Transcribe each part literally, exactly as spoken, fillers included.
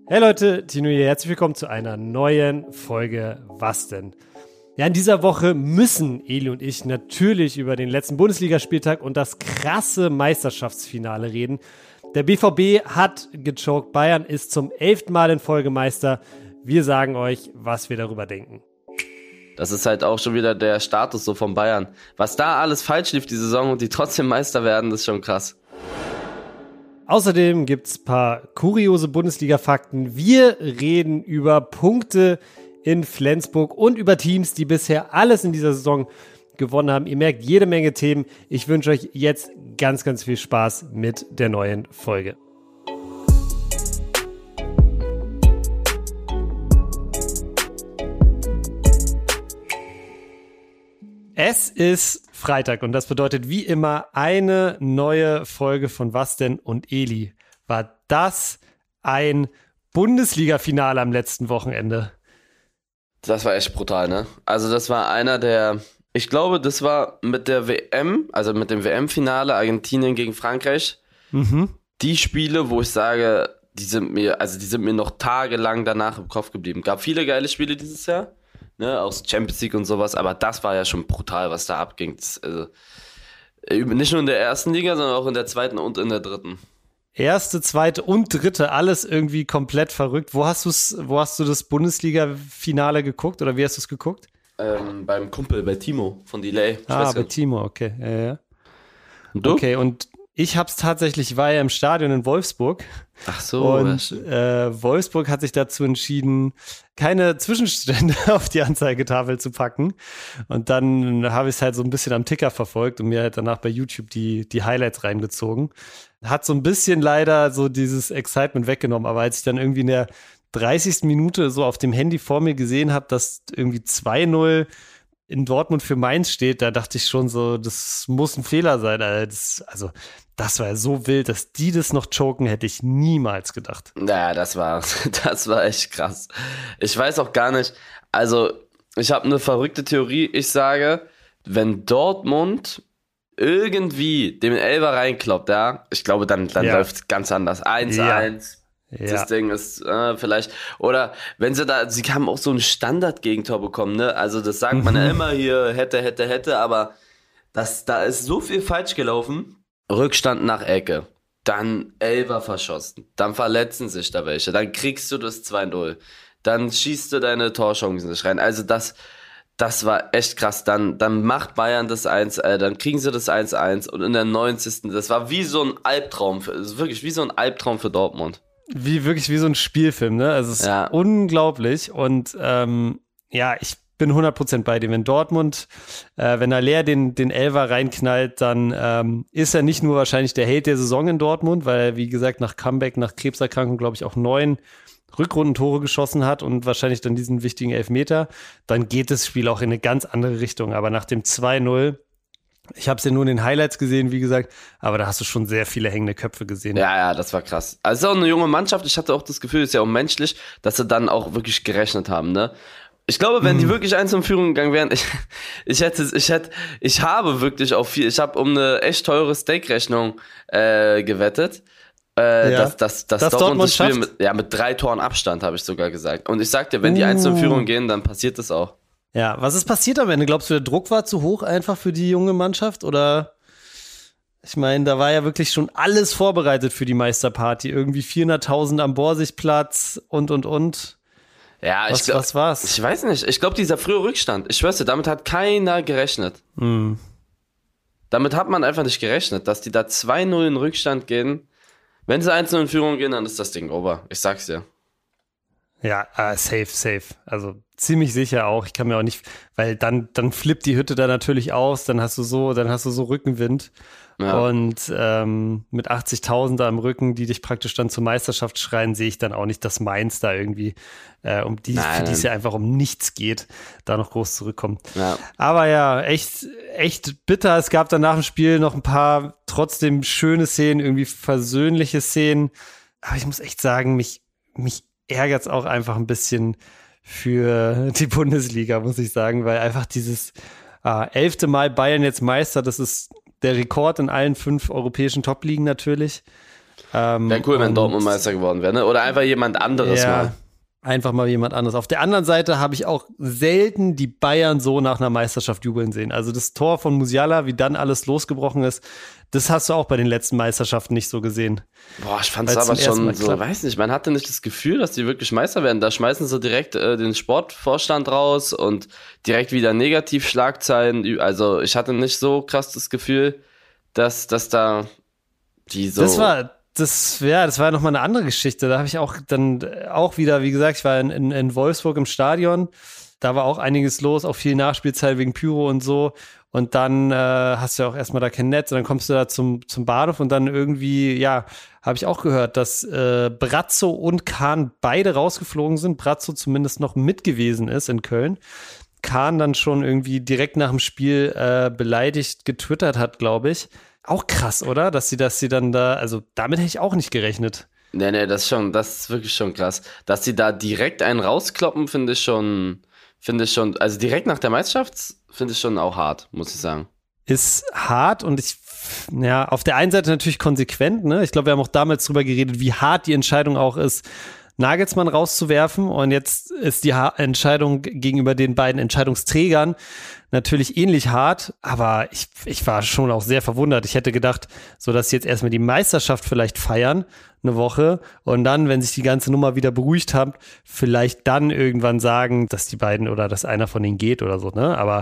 Hey Leute, Tino hier, herzlich willkommen zu einer neuen Folge Was denn? Ja, in dieser Woche müssen Eli und ich natürlich über den letzten Bundesligaspieltag und das krasse Meisterschaftsfinale reden. Der B V B hat gechoked, Bayern ist zum elften Mal in Folge Meister. Wir sagen euch, was wir darüber denken. Das ist halt auch schon wieder der Status so von Bayern. Was da alles falsch lief die Saison und die trotzdem Meister werden, das ist schon krass. Außerdem gibt's ein paar kuriose Bundesliga-Fakten. Wir reden über Punkte in Flensburg und über Teams, die bisher alles in dieser Saison gewonnen haben. Ihr merkt, jede Menge Themen. Ich wünsche euch jetzt ganz, ganz viel Spaß mit der neuen Folge. Es ist Freitag und das bedeutet wie immer eine neue Folge von Was denn und Eli. War das ein Bundesliga-Finale am letzten Wochenende? Das war echt brutal, ne? Also das war einer der, ich glaube, das war mit der W M, also mit dem W M-Finale Argentinien gegen Frankreich, mhm. die Spiele, wo ich sage, die sind mir, also die sind mir noch tagelang danach im Kopf geblieben. Gab viele geile Spiele dieses Jahr. Ne, aus Champions League und sowas, aber das war ja schon brutal, was da abging. Das, also, nicht nur in der ersten Liga, sondern auch in der zweiten und in der dritten. Erste, zweite und dritte, alles irgendwie komplett verrückt. Wo hast du's, wo hast du das Bundesliga-Finale geguckt oder wie hast du es geguckt? Ähm, beim Kumpel, bei Timo von Delay. Ich ah, bei Timo, okay. Ja, ja. Und du? Okay, und ich hab's tatsächlich, war ja im Stadion in Wolfsburg. Ach so. Und äh, Wolfsburg hat sich dazu entschieden, keine Zwischenstände auf die Anzeigetafel zu packen. Und dann habe ich es halt so ein bisschen am Ticker verfolgt und mir halt danach bei YouTube die, die Highlights reingezogen. Hat so ein bisschen leider so dieses Excitement weggenommen. Aber als ich dann irgendwie in der dreißigsten Minute so auf dem Handy vor mir gesehen habe, dass irgendwie zwei null in Dortmund für Mainz steht, da dachte ich schon so, das muss ein Fehler sein. Das, also das war ja so wild, dass die das noch choken, hätte ich niemals gedacht. Naja, das war, das war echt krass. Ich weiß auch gar nicht, also ich habe eine verrückte Theorie. Ich sage, wenn Dortmund irgendwie dem Elfer reinkloppt, ja, ich glaube, dann, dann ja. läuft es ganz anders. eins eins. Ja. Das ja. Ding ist äh, vielleicht, oder wenn sie da, sie haben auch so ein Standard-Gegentor bekommen, ne? Also das sagt man ja immer hier, hätte, hätte, hätte, aber das, da ist so viel falsch gelaufen. Rückstand nach Ecke, dann Elfer verschossen, dann verletzen sich da welche, dann kriegst du das zwei null, dann schießt du deine Torchancen nicht rein. Also das, das war echt krass. Dann, dann macht Bayern das eins, äh, dann kriegen sie das eins eins und in der neunzigsten Das war wie so ein Albtraum, für, das ist wirklich wie so ein Albtraum für Dortmund. Wie, wirklich wie so ein Spielfilm, ne? Also es ist ja. unglaublich und ähm, ja, ich bin hundert Prozent bei dir. Wenn Dortmund, äh, wenn Aller den, den Elfer reinknallt, dann ähm, ist er nicht nur wahrscheinlich der Held der Saison in Dortmund, weil er, wie gesagt, nach Comeback, nach Krebserkrankung, glaube ich, auch neun Rückrundentore geschossen hat und wahrscheinlich dann diesen wichtigen Elfmeter, dann geht das Spiel auch in eine ganz andere Richtung. Aber nach dem zwei null, ich habe es ja nur in den Highlights gesehen, wie gesagt, aber da hast du schon sehr viele hängende Köpfe gesehen. Ja, ja, das war krass. Also es ist auch eine junge Mannschaft. Ich hatte auch das Gefühl, es ist ja auch menschlich, dass sie dann auch wirklich gerechnet haben, ne? Ich glaube, wenn mhm. die wirklich eins in Führung gegangen wären, ich, ich hätte, ich hätte, ich habe wirklich auch viel, ich habe um eine echt teure Steak-Rechnung äh, gewettet, äh, ja. dass, dass, dass das Dortmund das Spiel mit, ja, mit drei Toren Abstand, habe ich sogar gesagt. Und ich sag dir, wenn die eins in Führung gehen, dann passiert das auch. Ja, was ist passiert am Ende? Glaubst du, der Druck war zu hoch einfach für die junge Mannschaft? Oder, ich meine, da war ja wirklich schon alles vorbereitet für die Meisterparty. Irgendwie vierhunderttausend am Borsigplatz und, und, und. Ja, was, ich glaub, was war's? Ich weiß nicht. Ich glaube, dieser frühe Rückstand, ich schwör's dir, damit hat keiner gerechnet. Mm. Damit hat man einfach nicht gerechnet, dass die da zwei null in Rückstand gehen. Wenn sie eins null in Führung gehen, dann ist das Ding over. Ich sag's dir. Ja, uh, safe, safe. Also ziemlich sicher auch. Ich kann mir auch nicht, weil dann, dann flippt die Hütte da natürlich aus, dann hast du so, dann hast du so Rückenwind. Ja. Und ähm, mit achtzigtausend da im Rücken, die dich praktisch dann zur Meisterschaft schreien, sehe ich dann auch nicht, dass Mainz da irgendwie, äh, um die, für die es ja einfach um nichts geht, da noch groß zurückkommt. Ja. Aber ja, echt, echt bitter. Es gab dann nach dem Spiel noch ein paar trotzdem schöne Szenen, irgendwie versöhnliche Szenen. Aber ich muss echt sagen, mich, mich ärgert es auch einfach ein bisschen für die Bundesliga, muss ich sagen, weil einfach dieses äh, elfte Mal Bayern jetzt Meister, das ist der Rekord in allen fünf europäischen Top-Ligen natürlich. Ähm, wäre cool, wenn Dortmund Meister geworden wäre, ne? Oder einfach jemand anderes ja, mal. Einfach mal jemand anderes. Auf der anderen Seite habe ich auch selten die Bayern so nach einer Meisterschaft jubeln sehen. Also das Tor von Musiala, wie dann alles losgebrochen ist, das hast du auch bei den letzten Meisterschaften nicht so gesehen. Boah, ich fand es aber schon so, weiß nicht, man hatte nicht das Gefühl, dass die wirklich Meister werden. Da schmeißen sie direkt äh, den Sportvorstand raus und direkt wieder Negativschlagzeilen. Also ich hatte nicht so krass das Gefühl, dass, dass da die so... Das war... Das, ja, das war ja nochmal eine andere Geschichte. Da habe ich auch dann auch wieder, wie gesagt, ich war in, in, in Wolfsburg im Stadion. Da war auch einiges los, auch viel Nachspielzeit wegen Pyro und so. Und dann äh, hast du ja auch erstmal da kein Netz und dann kommst du da zum, zum Bahnhof und dann irgendwie, ja, habe ich auch gehört, dass äh, Brazzo und Kahn beide rausgeflogen sind. Brazzo zumindest noch mit gewesen ist in Köln. Kahn dann schon irgendwie direkt nach dem Spiel äh, beleidigt getwittert hat, glaube ich. Auch krass, oder? Dass sie, dass sie dann da, also damit hätte ich auch nicht gerechnet. Nee, nee, das ist schon, das ist wirklich schon krass. Dass sie da direkt einen rauskloppen, finde ich schon, finde ich schon, also direkt nach der Meisterschaft, finde ich schon auch hart, muss ich sagen. Ist hart und ich, ja, auf der einen Seite natürlich konsequent, ne? Ich glaube, wir haben auch damals drüber geredet, wie hart die Entscheidung auch ist, Nagelsmann rauszuwerfen. Und jetzt ist die ha- Entscheidung gegenüber den beiden Entscheidungsträgern natürlich ähnlich hart, aber ich, ich war schon auch sehr verwundert. Ich hätte gedacht, so dass sie jetzt erstmal die Meisterschaft vielleicht feiern, eine Woche, und dann, wenn sich die ganze Nummer wieder beruhigt hat, vielleicht dann irgendwann sagen, dass die beiden oder dass einer von denen geht oder so, ne? Aber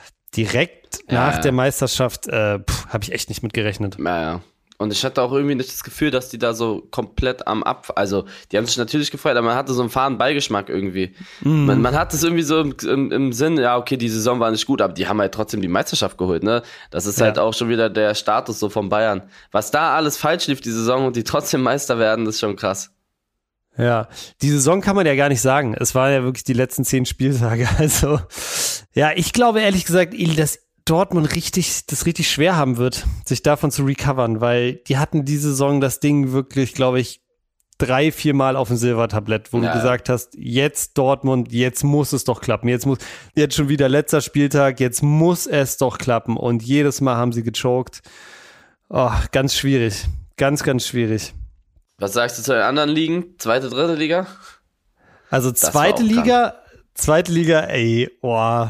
direkt ja, nach ja. der Meisterschaft äh, habe ich echt nicht mit gerechnet. Ja, ja. Und ich hatte auch irgendwie nicht das Gefühl, dass die da so komplett am Ab... Also, die haben sich natürlich gefreut, aber man hatte so einen faden Beigeschmack irgendwie. Mm. Man, man hat es irgendwie so im, im, im Sinn, ja, okay, die Saison war nicht gut, aber die haben halt trotzdem die Meisterschaft geholt, ne? Das ist ja. halt auch schon wieder der Status so von Bayern. Was da alles falsch lief, die Saison, und die trotzdem Meister werden, das ist schon krass. Ja, die Saison kann man ja gar nicht sagen. Es waren ja wirklich die letzten zehn Spieltage. Also, ja, ich glaube ehrlich gesagt, dass Dortmund richtig, das richtig schwer haben wird, sich davon zu recovern, weil die hatten diese Saison das Ding wirklich, glaube ich, drei, vier Mal auf dem Silbertablett, wo ja. du gesagt hast, jetzt Dortmund, jetzt muss es doch klappen. Jetzt muss, jetzt schon wieder letzter Spieltag, jetzt muss es doch klappen. Und jedes Mal haben sie gechoked. Oh, ganz schwierig. Ganz, ganz schwierig. Was sagst du zu den anderen Ligen? Zweite, dritte Liga? Also zweite Liga, zweite Liga, ey, oh,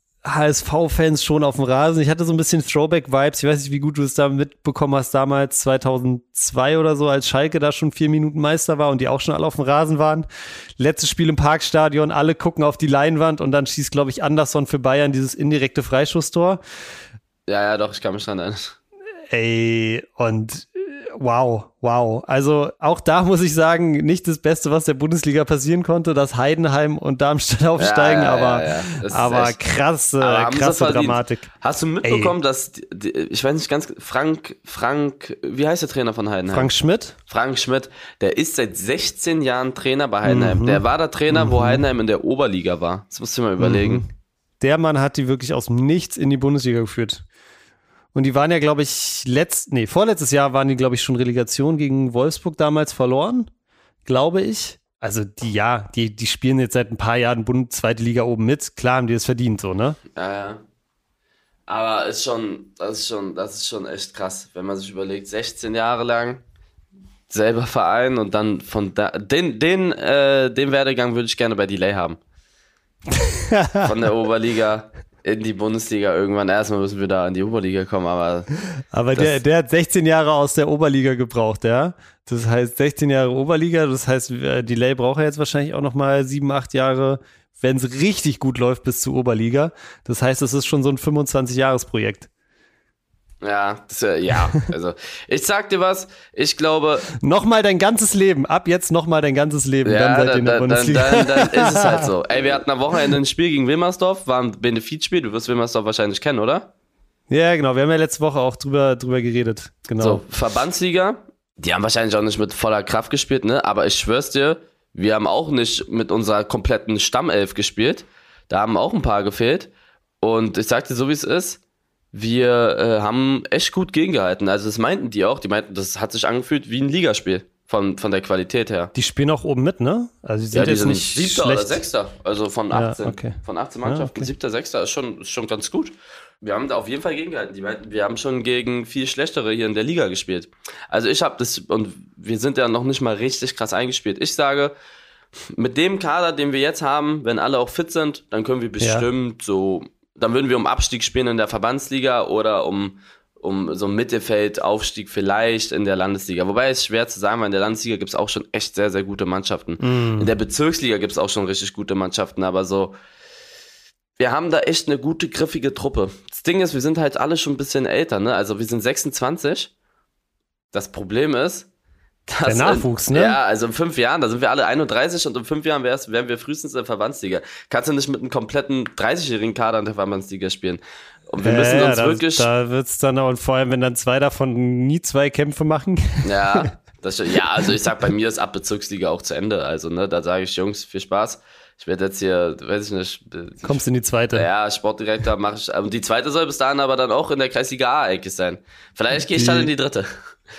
H S V-Fans schon auf dem Rasen. Ich hatte so ein bisschen Throwback-Vibes. Ich weiß nicht, wie gut du es da mitbekommen hast, damals zweitausendzwei oder so, als Schalke da schon vier Minuten Meister war und die auch schon alle auf dem Rasen waren. Letztes Spiel im Parkstadion, alle gucken auf die Leinwand und dann schießt, glaube ich, Anderson für Bayern dieses indirekte Freischusstor. Ja, ja, doch, ich kann mich dran erinnern. Ey, und wow, wow. Also auch da muss ich sagen, nicht das Beste, was der Bundesliga passieren konnte, dass Heidenheim und Darmstadt aufsteigen, ja, ja, aber, ja, ja. aber krasse, aber krasse Dramatik. Hast du mitbekommen, Ey. dass, die, ich weiß nicht ganz, Frank, Frank, wie heißt der Trainer von Heidenheim? Frank Schmidt? Frank Schmidt, der ist seit sechzehn Jahren Trainer bei Heidenheim. Mhm. Der war der Trainer, mhm. wo Heidenheim in der Oberliga war. Das musst du mal überlegen. Mhm. Der Mann hat die wirklich aus dem Nichts in die Bundesliga geführt. Und die waren ja, glaube ich, letzt, nee, vorletztes Jahr waren die, glaube ich, schon Relegation gegen Wolfsburg damals verloren, glaube ich. Also die, ja, die, die spielen jetzt seit ein paar Jahren Bund, zweite Liga oben mit. Klar haben die das verdient, so, ne? Ja, ja. Aber ist schon, das ist schon, das ist schon echt krass, wenn man sich überlegt, sechzehn Jahre lang selber Verein und dann von da, den, den, äh, den Werdegang würde ich gerne bei Delay haben. Von der Oberliga in die Bundesliga irgendwann. Erstmal müssen wir da in die Oberliga kommen, aber... Aber der, der hat sechzehn Jahre aus der Oberliga gebraucht, ja? Das heißt sechzehn Jahre Oberliga, das heißt, Delay braucht er jetzt wahrscheinlich auch nochmal sieben, acht Jahre, wenn es richtig gut läuft, bis zur Oberliga. Das heißt, es ist schon so ein fünfundzwanzig-Jahres-Projekt. Ja, das, ja, also ich sag dir was, ich glaube... Nochmal dein ganzes Leben, ab jetzt nochmal dein ganzes Leben, ja, dann seid ihr ihr in der dann, Bundesliga. Dann, dann, dann ist es halt so. Ey, wir hatten am Wochenende ein Spiel gegen Wilmersdorf, war ein Benefizspiel, du wirst Wilmersdorf wahrscheinlich kennen, oder? Ja, genau, wir haben ja letzte Woche auch drüber, drüber geredet, genau. So, Verbandsliga, die haben wahrscheinlich auch nicht mit voller Kraft gespielt, ne? Aber ich schwör's dir, wir haben auch nicht mit unserer kompletten Stammelf gespielt, da haben auch ein paar gefehlt und ich sag dir so, wie es ist, wir äh, haben echt gut gegengehalten. Also das meinten die auch. Die meinten, das hat sich angefühlt wie ein Ligaspiel von, von der Qualität her. Die spielen auch oben mit, ne? Also die sind ja, die jetzt sind nicht siebter schlecht. oder sechster. Also von achtzehn, ja, okay. von achtzehn Mannschaften. Ja, okay. Siebter, sechster ist schon, ist schon ganz gut. Wir haben da auf jeden Fall gegengehalten. Die meinten, wir haben schon gegen viel schlechtere hier in der Liga gespielt. Also ich habe das, und wir sind ja noch nicht mal richtig krass eingespielt. Ich sage, mit dem Kader, den wir jetzt haben, wenn alle auch fit sind, dann können wir bestimmt ja. so, dann würden wir um Abstieg spielen in der Verbandsliga oder um, um so einen Mittelfeldaufstieg vielleicht in der Landesliga. Wobei es schwer zu sagen, weil in der Landesliga gibt es auch schon echt sehr, sehr gute Mannschaften. Mm. In der Bezirksliga gibt es auch schon richtig gute Mannschaften, aber so, wir haben da echt eine gute, griffige Truppe. Das Ding ist, wir sind halt alle schon ein bisschen älter, ne? Also wir sind sechsundzwanzig. Das Problem ist, der Nachwuchs, in, ne? Ja, also in fünf Jahren, da sind wir alle einunddreißig und in fünf Jahren wären wir frühestens in der Verbandsliga. Kannst du nicht mit einem kompletten dreißigjährigen Kader in der Verbandsliga spielen. Und wir müssen ja, uns da, wirklich... Da wird's dann auch, und vor allem, wenn dann zwei davon nie zwei Kämpfe machen. Ja, das, ja, also ich sag, bei mir ist ab Bezirksliga auch zu Ende. Also, ne, da sage ich, Jungs, viel Spaß. Ich werde jetzt hier, weiß ich nicht. Kommst in die zweite. Ja, Sportdirektor mache ich. Und die zweite soll bis dahin aber dann auch in der Kreisliga A eigentlich sein. Vielleicht gehe ich dann in die dritte.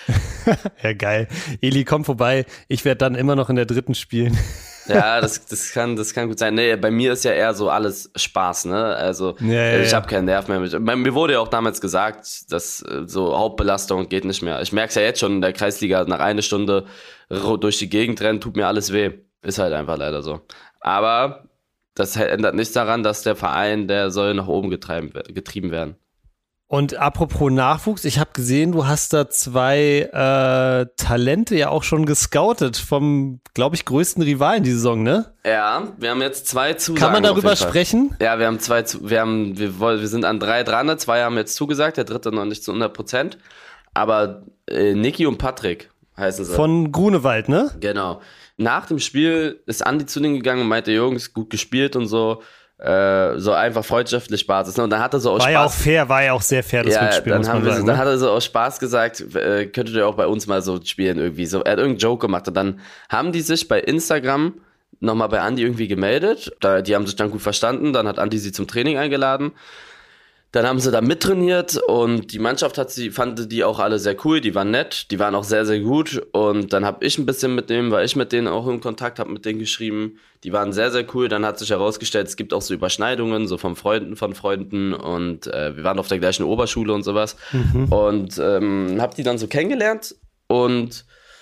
Ja, geil. Eli, komm vorbei. Ich werde dann immer noch in der dritten spielen. Ja, das, das, kann, das kann gut sein. Nee, bei mir ist ja eher so alles Spaß, ne? Also, ja, ja, ich habe keinen Nerv mehr mit. Mir wurde ja auch damals gesagt, dass so Hauptbelastung geht nicht mehr. Ich merke es ja jetzt schon in der Kreisliga, nach einer Stunde durch die Gegend rennen, tut mir alles weh. Ist halt einfach leider so. Aber das ändert nichts daran, dass der Verein, der soll nach oben getrieben, getrieben werden. Und apropos Nachwuchs, ich habe gesehen, du hast da zwei äh, Talente ja auch schon gescoutet vom, glaube ich, größten Rivalen die Saison, ne? Ja, wir haben jetzt zwei Zusagen. Kann man darüber sprechen? Ja, wir haben zwei, wir haben, wir, wir sind an drei dran, zwei haben jetzt zugesagt, der dritte noch nicht zu hundert Prozent. Aber äh, Niki und Patrick heißen sie. Von Grunewald, ne? Genau. Nach dem Spiel ist Andi zu denen gegangen und meinte, Jungs, gut gespielt und so. Äh, so einfach freundschaftlich Basis. Ne? Und dann hat er so aus war Spaß... ja auch fair, war ja auch sehr fair, das ja, Rückspiel, dann muss haben man wir sagen. So, dann hat er so aus Spaß gesagt, äh, könntet ihr auch bei uns mal so spielen irgendwie. So, er hat irgendeinen Joke gemacht und dann haben die sich bei Instagram nochmal bei Andi irgendwie gemeldet. Da, die haben sich dann gut verstanden, dann hat Andi sie zum Training eingeladen. Dann haben sie da mittrainiert und die Mannschaft hat sie, fand die auch alle sehr cool, die waren nett, die waren auch sehr, sehr gut und dann habe ich ein bisschen mit denen, war ich mit denen auch in Kontakt, habe mit denen geschrieben, die waren sehr, sehr cool, dann hat sich herausgestellt, es gibt auch so Überschneidungen, so von Freunden von Freunden und äh, wir waren auf der gleichen Oberschule und sowas mhm. und ähm, habe die dann so kennengelernt und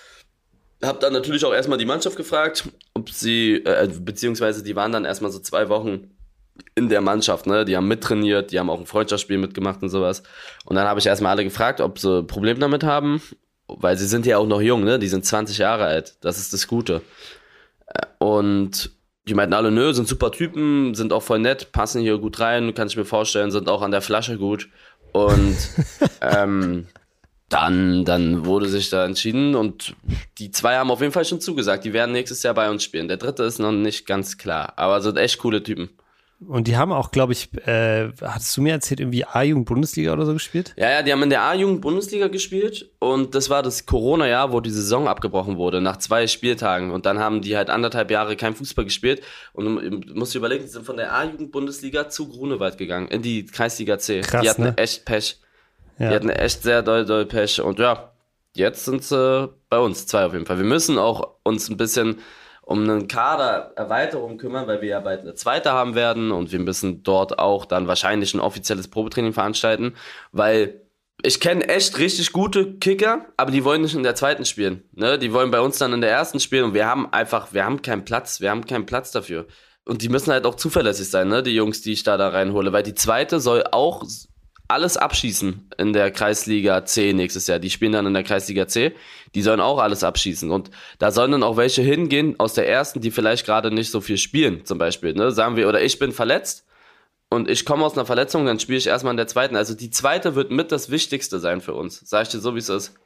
habe dann natürlich auch erstmal die Mannschaft gefragt, ob sie, äh, beziehungsweise die waren dann erstmal so zwei Wochen in der Mannschaft, ne, die haben mittrainiert, die haben auch ein Freundschaftsspiel mitgemacht und sowas. Und dann habe ich erstmal alle gefragt, ob sie ein Problem damit haben, weil sie sind ja auch noch jung, ne, die sind zwanzig Jahre alt, das ist das Gute. Und die meinten alle, nö, sind super Typen, sind auch voll nett, passen hier gut rein, kann ich mir vorstellen, sind auch an der Flasche gut. Und ähm, dann, dann wurde sich da entschieden und die zwei haben auf jeden Fall schon zugesagt, die werden nächstes Jahr bei uns spielen. Der dritte ist noch nicht ganz klar, aber sind echt coole Typen. Und die haben auch, glaube ich, äh, hattest du mir erzählt, irgendwie A-Jugend-Bundesliga oder so gespielt? Ja, ja, die haben in der A-Jugend-Bundesliga gespielt und das war das Corona-Jahr, wo die Saison abgebrochen wurde, nach zwei Spieltagen. Und dann haben die halt anderthalb Jahre kein Fußball gespielt und du musst dir überlegen, die sind von der A-Jugend-Bundesliga zu Grunewald gegangen, in die Kreisliga C. Krass, die hatten ne? echt Pech. Ja. Die hatten echt sehr doll, doll Pech. Und ja, jetzt sind sie bei uns, zwei auf jeden Fall. Wir müssen auch uns ein bisschen um einen Kadererweiterung kümmern, weil wir ja bald eine zweite haben werden und wir müssen dort auch dann wahrscheinlich ein offizielles Probetraining veranstalten, weil ich kenne echt richtig gute Kicker, aber die wollen nicht in der zweiten spielen, ne? Die wollen bei uns dann in der ersten spielen und wir haben einfach, wir haben keinen Platz, wir haben keinen Platz dafür. Und die müssen halt auch zuverlässig sein, ne? Die Jungs, die ich da da reinhole, weil die zweite soll auch alles abschießen in der Kreisliga C nächstes Jahr. Die spielen dann in der Kreisliga C. Die sollen auch alles abschießen. Und da sollen dann auch welche hingehen aus der ersten, die vielleicht gerade nicht so viel spielen, zum Beispiel. Ne? Sagen wir, oder ich bin verletzt und ich komme aus einer Verletzung, dann spiele ich erstmal in der zweiten. Also die zweite wird mit das Wichtigste sein für uns. Sag ich dir so, wie es ist.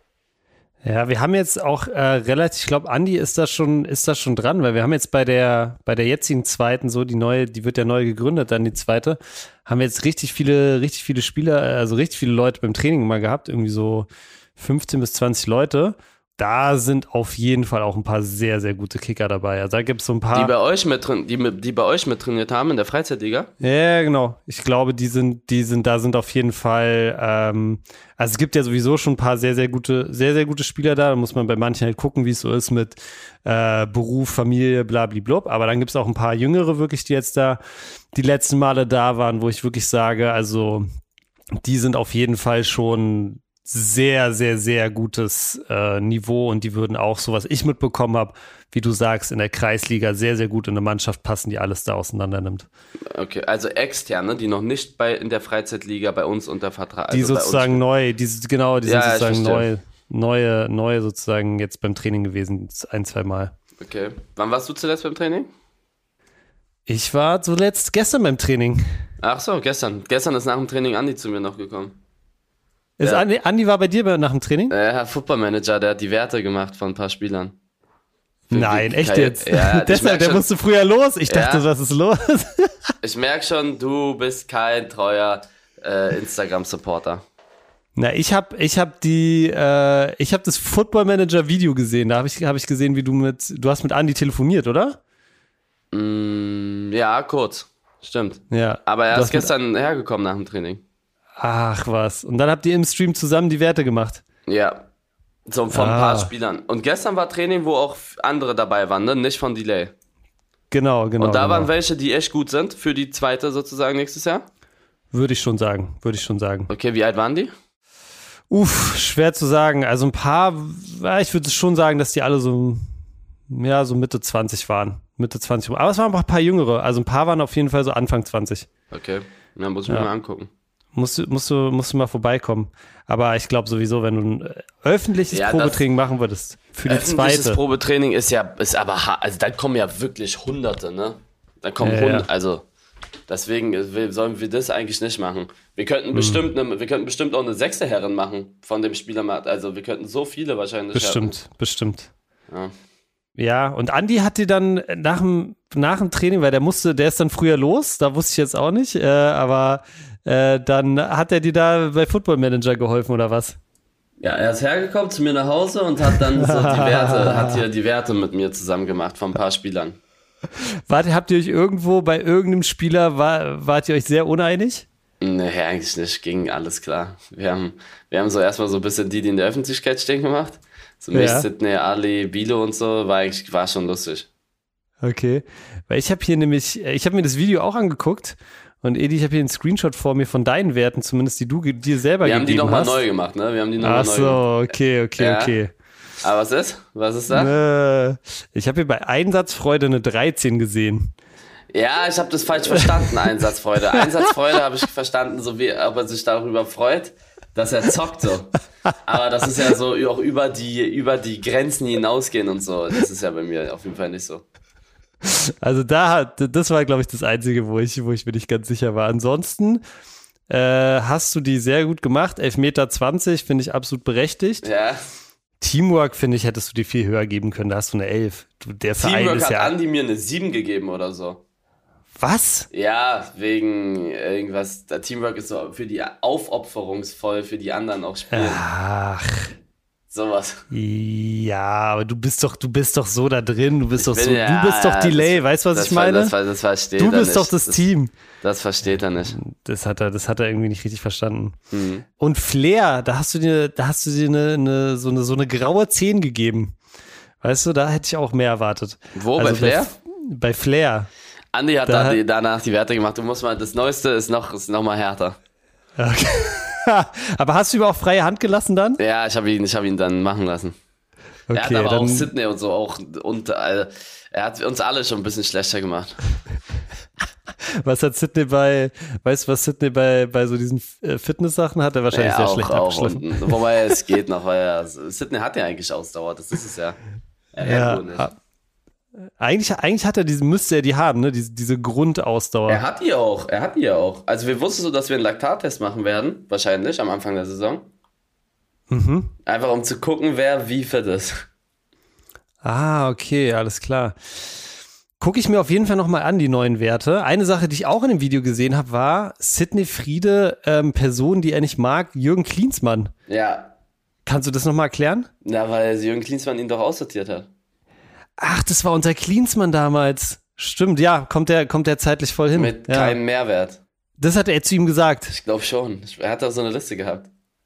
Ja, wir haben jetzt auch äh, relativ, ich glaube, Andi ist da schon, ist da schon dran, weil wir haben jetzt bei der, bei der jetzigen zweiten, so die neue, die wird ja neu gegründet, dann die zweite, haben wir jetzt richtig viele, richtig viele Spieler, also richtig viele Leute beim Training mal gehabt, irgendwie so fünfzehn bis zwanzig Leute. Da sind auf jeden Fall auch ein paar sehr, sehr gute Kicker dabei. Also da gibt es so ein paar. Die bei euch mit die, die bei euch mit trainiert haben in der Freizeitliga? Ja, genau. Ich glaube, die sind, die sind, da sind auf jeden Fall, ähm, also es gibt ja sowieso schon ein paar sehr, sehr gute, sehr, sehr gute Spieler da. Da muss man bei manchen halt gucken, wie es so ist mit äh, Beruf, Familie, blabliblub. Aber dann gibt es auch ein paar Jüngere wirklich, die jetzt da die letzten Male da waren, wo ich wirklich sage, also die sind auf jeden Fall schon sehr, sehr, sehr gutes äh, Niveau und die würden auch, so was ich mitbekommen habe, wie du sagst, in der Kreisliga sehr, sehr gut in eine Mannschaft passen, die alles da auseinander nimmt. Okay, also externe, die noch nicht bei in der Freizeitliga bei uns unter Vertrag. Die also sozusagen neu, die, genau, die ja, sind sozusagen neu, neue, neue sozusagen jetzt beim Training gewesen, ein, zwei Mal. Okay, wann warst du zuletzt beim Training? Ich war zuletzt gestern beim Training. Ach so, gestern. Gestern ist nach dem Training Andi zu mir noch gekommen. Ist ja. Andi, Andi war bei dir nach dem Training? Der Herr Footballmanager, der hat die Werte gemacht von ein paar Spielern. Für Nein, echt jetzt? Ja, Deshalb, der schon, musste früher los. Ich dachte, ja, was ist los? Ich merke schon, du bist kein treuer äh, Instagram-Supporter. Na, ich habe ich hab die, äh, ich habe das Football Manager Video gesehen. Da habe ich, hab ich gesehen, wie du mit, du hast mit Andi telefoniert, oder? Mm, ja, kurz. Stimmt. Ja. Aber er ist gestern mit... hergekommen nach dem Training. Ach was. Und dann habt ihr im Stream zusammen die Werte gemacht? Ja. So von ah. ein paar Spielern. Und gestern war Training, wo auch andere dabei waren, ne? Nicht von Delay. Genau, genau. Und da genau. waren welche, die echt gut sind für die zweite sozusagen nächstes Jahr? Würde ich schon sagen. Würde ich schon sagen. Okay, wie alt waren die? Uff, schwer zu sagen. Also ein paar, ich würde schon sagen, dass die alle so, ja, so Mitte zwanzig waren. Mitte zwanzig. Aber es waren auch ein paar Jüngere. Also ein paar waren auf jeden Fall so Anfang zwanzig. Okay, dann muss ich ja. mir mal angucken. Musst, musst, du, musst du mal vorbeikommen. Aber ich glaube sowieso, wenn du ein öffentliches ja, Probetraining machen würdest, für die zweite. Öffentliches Probetraining ist ja, ist aber hart. Also da kommen ja wirklich Hunderte, ne? Da kommen ja, Hunderte, ja. also deswegen sollen wir das eigentlich nicht machen. Wir könnten, mhm. bestimmt, eine, wir könnten bestimmt auch eine sechste Herren machen von dem Spieler. Also wir könnten so viele wahrscheinlich Bestimmt, haben. bestimmt. Ja. Ja, und Andi hat die dann nach dem, nach dem Training, weil der musste, der ist dann früher los, da wusste ich jetzt auch nicht, äh, aber äh, dann hat er dir da bei Football Manager geholfen oder was? Ja, er ist hergekommen zu mir nach Hause und hat dann so die Werte, hat hier die Werte mit mir zusammen gemacht von ein paar Spielern. Warte, habt ihr euch irgendwo bei irgendeinem Spieler, war, wart ihr euch sehr uneinig? Nee, eigentlich nicht, ging alles klar. Wir haben, wir haben so erstmal so ein bisschen die, die in der Öffentlichkeit stehen gemacht. So mich, ja. Sidney, Ali, Bilo und so, war eigentlich, war schon lustig. Okay, weil ich habe hier nämlich, ich habe mir das Video auch angeguckt und Edi, ich habe hier einen Screenshot vor mir von deinen Werten, zumindest die du dir selber Wir gegeben hast. haben die nochmal neu gemacht, ne? Wir haben die noch Ach mal neu so, gemacht. okay, okay, ja. okay. Aber was ist? Was ist da? Äh, ich habe hier bei Einsatzfreude eine dreizehn gesehen. Ja, ich habe das falsch verstanden, Einsatzfreude. Einsatzfreude habe ich verstanden, so wie ob er sich darüber freut, dass er zockt so. Aber das ist ja so auch über die, über die Grenzen hinausgehen und so. Das ist ja bei mir auf jeden Fall nicht so. Also da hat, das war, glaube ich, das Einzige, wo ich, wo ich mir nicht ganz sicher war. Ansonsten äh, hast du die sehr gut gemacht. Elfmeter zwanzig finde ich absolut berechtigt. Ja. Teamwork, finde ich, hättest du dir viel höher geben können. Da hast du eine elf. Du, der Verein Teamwork ist hat ja, Andi mir eine sieben gegeben oder so. Was? Ja, wegen irgendwas. Der Teamwork ist so für die aufopferungsvoll für die anderen auch spielen. Ach. Sowas. Ja, aber du bist doch, du bist doch so da drin, du bist ich doch so, ja, du bist doch ja, Delay, das, weißt du, was das, ich meine? Das, das, das versteht du er bist nicht. doch das, das Team. Das versteht er nicht. Das hat er, das hat er irgendwie nicht richtig verstanden. Mhm. Und Flair, da hast du dir, da hast du dir eine, eine, so eine, so eine graue zehn gegeben. Weißt du, da hätte ich auch mehr erwartet. Wo, also bei Flair? Bei, bei Flair. Andi hat da, da die, danach die Werte gemacht. Du musst mal, das Neueste ist noch, ist noch mal härter. Okay. Aber hast du ihm auch freie Hand gelassen dann? Ja, ich habe ihn, ich habe ihn dann machen lassen. Okay, er hat aber dann, auch Sidney und so auch, und äh, er hat uns alle schon ein bisschen schlechter gemacht. Was hat Sidney bei, weißt du, was Sidney bei, bei so diesen Fitness-Sachen hat? Er wahrscheinlich ja, sehr auch, schlecht auch abgeschliffen. Und, wobei es geht noch, weil er, Sidney hat ja eigentlich Ausdauer, das ist es ja. Er ja, nicht. Eigentlich, eigentlich hat er diese, müsste er die haben, ne? Diese, diese Grundausdauer. Er hat die auch, er hat die ja auch. Also wir wussten so, dass wir einen Laktattest machen werden, wahrscheinlich am Anfang der Saison. Mhm. Einfach um zu gucken, wer wie fit ist. Ah, okay, alles klar. Gucke ich mir auf jeden Fall nochmal an, die neuen Werte. Eine Sache, die ich auch in dem Video gesehen habe, war Sidney Friede, ähm, Person, die er nicht mag, Jürgen Klinsmann. Ja. Kannst du das nochmal erklären? Na, weil Jürgen Klinsmann ihn doch aussortiert hat. Ach, das war unter Klinsmann damals. Stimmt, ja, kommt der, kommt der zeitlich voll hin. Mit ja. keinem Mehrwert. Das hat er zu ihm gesagt. Ich glaube schon. Er hat da so eine Liste gehabt.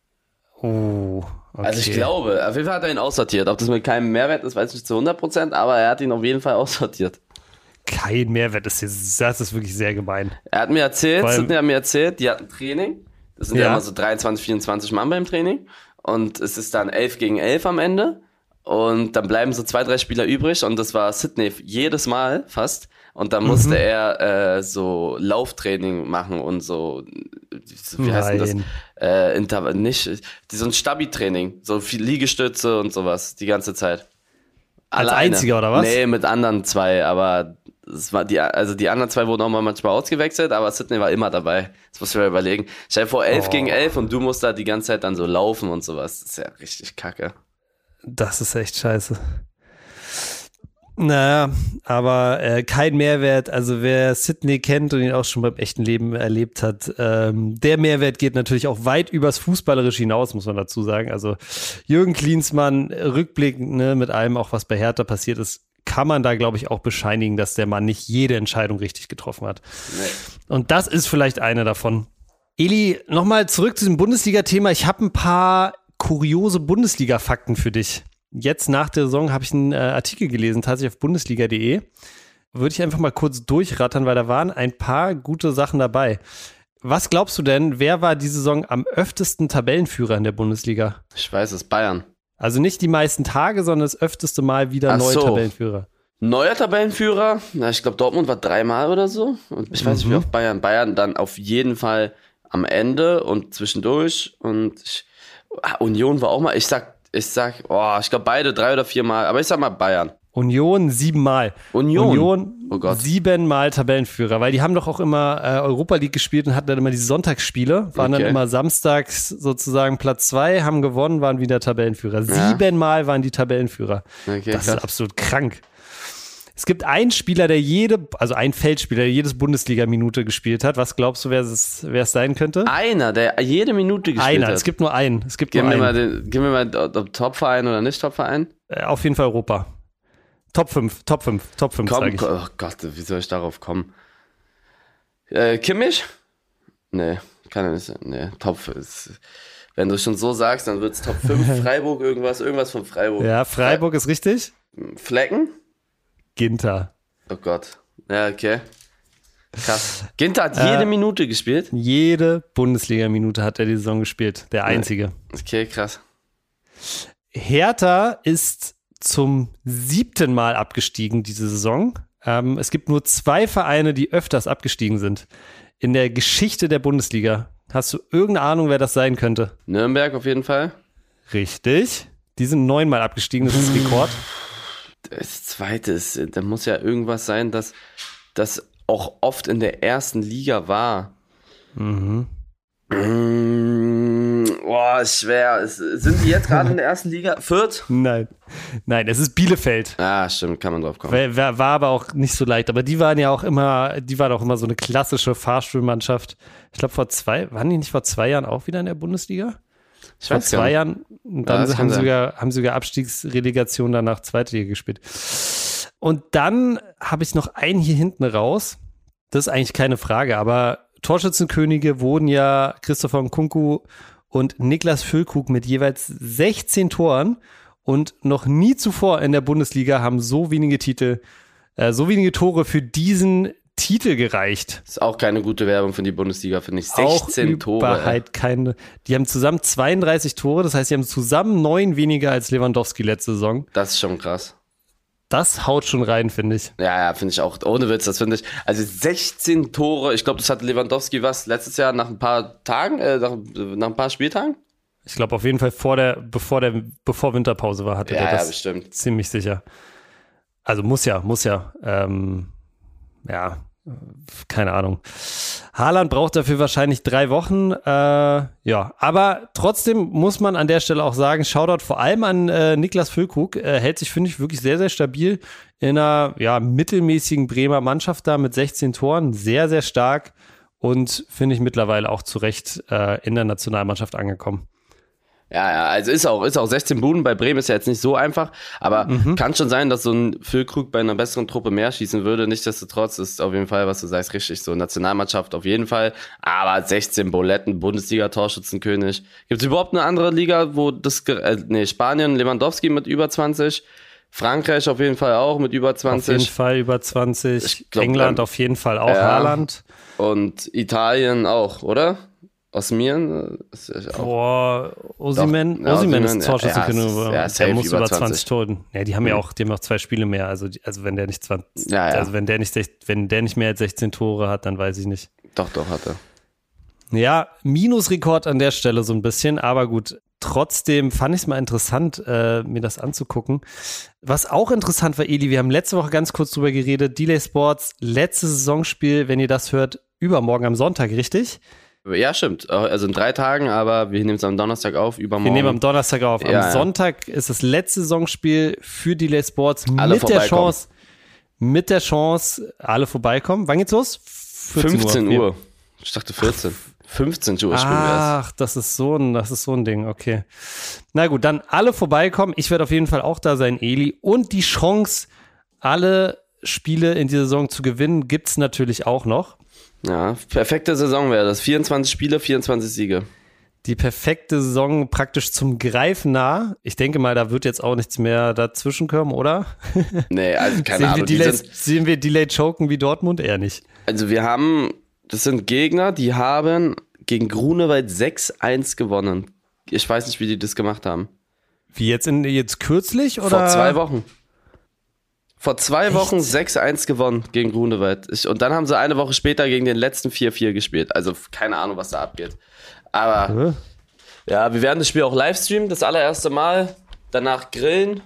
Oh, okay. Also ich glaube, auf jeden Fall hat er ihn aussortiert. Ob das mit keinem Mehrwert ist, weiß ich nicht zu hundert Prozent, aber er hat ihn auf jeden Fall aussortiert. Kein Mehrwert, ist jetzt, das ist wirklich sehr gemein. Er hat mir erzählt, Sidney hat mir erzählt, die hatten Training, Das sind ja, Ja. immer so dreiundzwanzig, vierundzwanzig Mann beim Training. Und es ist dann elf gegen elf am Ende. Und dann bleiben so zwei, drei Spieler übrig. Und das war Sydney jedes Mal fast. Und dann musste Mhm. er äh, so Lauftraining machen und so, wie heißt denn das? Nein. Äh, Inter nicht, so ein Stabi-Training. So viel Liegestütze und sowas die ganze Zeit. Als einziger, oder was? Nee, mit anderen zwei, aber es war die, also die anderen zwei wurden auch mal manchmal ausgewechselt, aber Sydney war immer dabei. Das musst du mir überlegen. Stell dir vor, elf Oh. gegen elf und du musst da die ganze Zeit dann so laufen und sowas. Das ist ja richtig kacke. Das ist echt scheiße. Naja, aber äh, kein Mehrwert. Also wer Sydney kennt und ihn auch schon beim echten Leben erlebt hat, ähm, der Mehrwert geht natürlich auch weit übers Fußballerische hinaus, muss man dazu sagen. Also Jürgen Klinsmann, rückblickend, ne, mit allem auch, was bei Hertha passiert ist, kann man da, glaube ich, auch bescheinigen, dass der Mann nicht jede Entscheidung richtig getroffen hat. Nee. Und das ist vielleicht eine davon. Eli, nochmal zurück zu dem Bundesliga-Thema. Ich habe ein paar kuriose Bundesliga-Fakten für dich. Jetzt nach der Saison habe ich einen äh, Artikel gelesen, tatsächlich auf bundesliga punkt de. Würde ich einfach mal kurz durchrattern, weil da waren ein paar gute Sachen dabei. Was glaubst du denn, wer war diese Saison am öftesten Tabellenführer in der Bundesliga? Ich weiß es, Bayern. Also nicht die meisten Tage, sondern das öfteste Mal wieder Ach neue so. Tabellenführer. Neuer Tabellenführer, na, ich glaube Dortmund war dreimal oder so. Und ich weiß nicht, wie Mhm. auf Bayern. Bayern dann auf jeden Fall am Ende und zwischendurch. Und ich, ah, Union war auch mal, ich sag, ich sag, oh, ich glaube beide drei oder viermal, aber ich sag mal Bayern. Union siebenmal. Union? Union Oh Gott. siebenmal Tabellenführer, weil die haben doch auch immer äh, Europa League gespielt und hatten dann immer diese Sonntagsspiele, waren Okay. dann immer samstags sozusagen Platz zwei, haben gewonnen, waren wieder Tabellenführer. Ja. Siebenmal waren die Tabellenführer. Okay, Das krass. ist absolut krank. Es gibt einen Spieler, der jede, also ein Feldspieler, der jedes Bundesliga-Minute gespielt hat. Was glaubst du, wer es, wer es sein könnte? Einer, der jede Minute gespielt Einer. hat. Es gibt nur einen. Es gibt Gib nur mir, einen. mal den, gib mir mal ob Topverein oder nicht Topverein. Äh, Auf jeden Fall Europa. Top fünf, Top fünf, Top fünf, Komm, sage ich. oh Gott, wie soll ich darauf kommen? Äh, Kimmich? Nee, kann er nicht sein. Nee, Top ist, wenn du schon so sagst, dann wird es Top fünf, Freiburg, irgendwas, irgendwas von Freiburg. Ja, Freiburg ist richtig. Flecken? Ginter. Oh Gott. Ja, okay. Krass. Ginter hat Äh, jede Minute gespielt? Jede Bundesliga-Minute hat er die Saison gespielt. Der einzige. Okay, krass. Hertha ist zum siebten Mal abgestiegen diese Saison. Ähm, es gibt nur zwei Vereine, die öfters abgestiegen sind. In der Geschichte der Bundesliga. Hast du irgendeine Ahnung, wer das sein könnte? Nürnberg auf jeden Fall. Richtig. Die sind neunmal abgestiegen, das ist Rekord. Das zweite ist, da muss ja irgendwas sein, dass das auch oft in der ersten Liga war. Mhm. Mm, boah, schwer. Es- Sind die jetzt gerade in der ersten Liga? Fürth? Nein. Nein, es ist Bielefeld. Ah, stimmt, kann man drauf kommen. War, war war aber auch nicht so leicht. Aber die waren ja auch immer, die waren auch immer so eine klassische Fahrstuhlmannschaft. Ich glaube, vor zwei, waren die nicht vor zwei Jahren auch wieder in der Bundesliga? Ich Vor weiß gar zwei nicht. Jahren. Und Ja, dann das kann haben, sie sein. sogar, haben sie sogar Abstiegsrelegation danach zweite Liga gespielt. Und dann habe ich noch einen hier hinten raus. Das ist eigentlich keine Frage, aber Torschützenkönige wurden ja Christopher Nkunku und Niklas Füllkrug mit jeweils sechzehn Toren. Und noch nie zuvor in der Bundesliga haben so wenige Titel, äh, so wenige Tore für diesen Titel gereicht. Ist auch keine gute Werbung für die Bundesliga, finde ich. sechzehn auch Tore. ey. Überheit keine. Die haben zusammen zweiunddreißig Tore, das heißt, die haben zusammen neun weniger als Lewandowski letzte Saison. Das ist schon krass. Das haut schon rein, finde ich. Ja, ja, finde ich auch. Ohne Witz, das finde ich. Also sechzehn Tore. Ich glaube, das hatte Lewandowski was letztes Jahr nach ein paar Tagen, äh, nach, nach ein paar Spieltagen. Ich glaube auf jeden Fall vor der, bevor der, bevor Winterpause war, hatte Ja, der ja, das bestimmt. ziemlich sicher. Also muss ja, muss ja. Ähm, ja, keine Ahnung. Haaland braucht dafür wahrscheinlich drei Wochen. Äh, ja, aber trotzdem muss man an der Stelle auch sagen, Shoutout vor allem an äh, Niklas Füllkrug. Äh, hält sich, finde ich, wirklich sehr, sehr stabil in einer ja, mittelmäßigen Bremer Mannschaft da mit sechzehn Toren. Sehr, sehr stark und finde ich mittlerweile auch zu Recht äh, in der Nationalmannschaft angekommen. Ja, ja, also ist auch, ist auch sechzehn Buden bei Bremen ist ja jetzt nicht so einfach, aber Mhm. kann schon sein, dass so ein Füllkrug bei einer besseren Truppe mehr schießen würde. Nichtsdestotrotz ist auf jeden Fall, was du sagst, richtig. So Nationalmannschaft auf jeden Fall, aber sechzehn Buletten, Bundesliga-Torschützenkönig. Gibt es überhaupt eine andere Liga, wo das, ge- äh, nee, Spanien, Lewandowski mit über zwanzig, Frankreich auf jeden Fall auch mit über Auf jeden zwanzig Fall über zwanzig. Ich glaub, England ähm, auf jeden Fall auch. ja. Haaland. und Italien auch, oder? Osmian ist auch. Boah, Osimhen, Osimhen ist Torschützenkönig. Ja, ja, der muss über zwanzig Tore. Ja, die haben mhm. ja auch, die haben auch zwei Spiele mehr. Also, die, also wenn der nicht zwanzig, ja, ja. also wenn der nicht, wenn der nicht mehr als sechzehn Tore hat, dann weiß ich nicht. Doch, doch, hat er. Ja, Minusrekord an der Stelle so ein bisschen, aber gut. Trotzdem fand ich es mal interessant, äh, mir das anzugucken. Was auch interessant war, Eli, wir haben letzte Woche ganz kurz drüber geredet, Delay Sports, letztes Saisonspiel, wenn ihr das hört, übermorgen am Sonntag, richtig? Ja, stimmt. Also in drei Tagen, aber wir nehmen es am Donnerstag auf, übermorgen. Wir nehmen am Donnerstag auf. Am ja, Sonntag ja. ist das letzte Saisonspiel für Delay Sports alle mit der Chance, mit der Chance, alle vorbeikommen. Wann geht's los? fünfzehn Uhr. Ich dachte vierzehn. fünfzehn Uhr spielen wir Ach, das ist so ein, das ist so ein Ding, okay. Na gut, dann alle vorbeikommen. Ich werde auf jeden Fall auch da sein, Eli. Und die Chance, alle Spiele in dieser Saison zu gewinnen, gibt's natürlich auch noch. Ja, perfekte Saison wäre das. vierundzwanzig Spiele, vierundzwanzig Siege. Die perfekte Saison praktisch zum Greifen nah. Ich denke mal, da wird jetzt auch nichts mehr dazwischen kommen, oder? Nee, also keine sehen Ahnung. Wir Delay, sehen wir Delay choken wie Dortmund? Eher nicht. Also wir haben, das sind Gegner, die haben gegen Grunewald sechs eins gewonnen. Ich weiß nicht, wie die das gemacht haben. Wie jetzt in jetzt kürzlich oder? Vor zwei Wochen. Vor zwei Echt? Wochen sechs eins gewonnen gegen Grunewald. Ich, und dann haben sie eine Woche später gegen den letzten vier vier gespielt. Also keine Ahnung, was da abgeht. Aber äh? ja, wir werden das Spiel auch live streamen, das allererste Mal. Danach grillen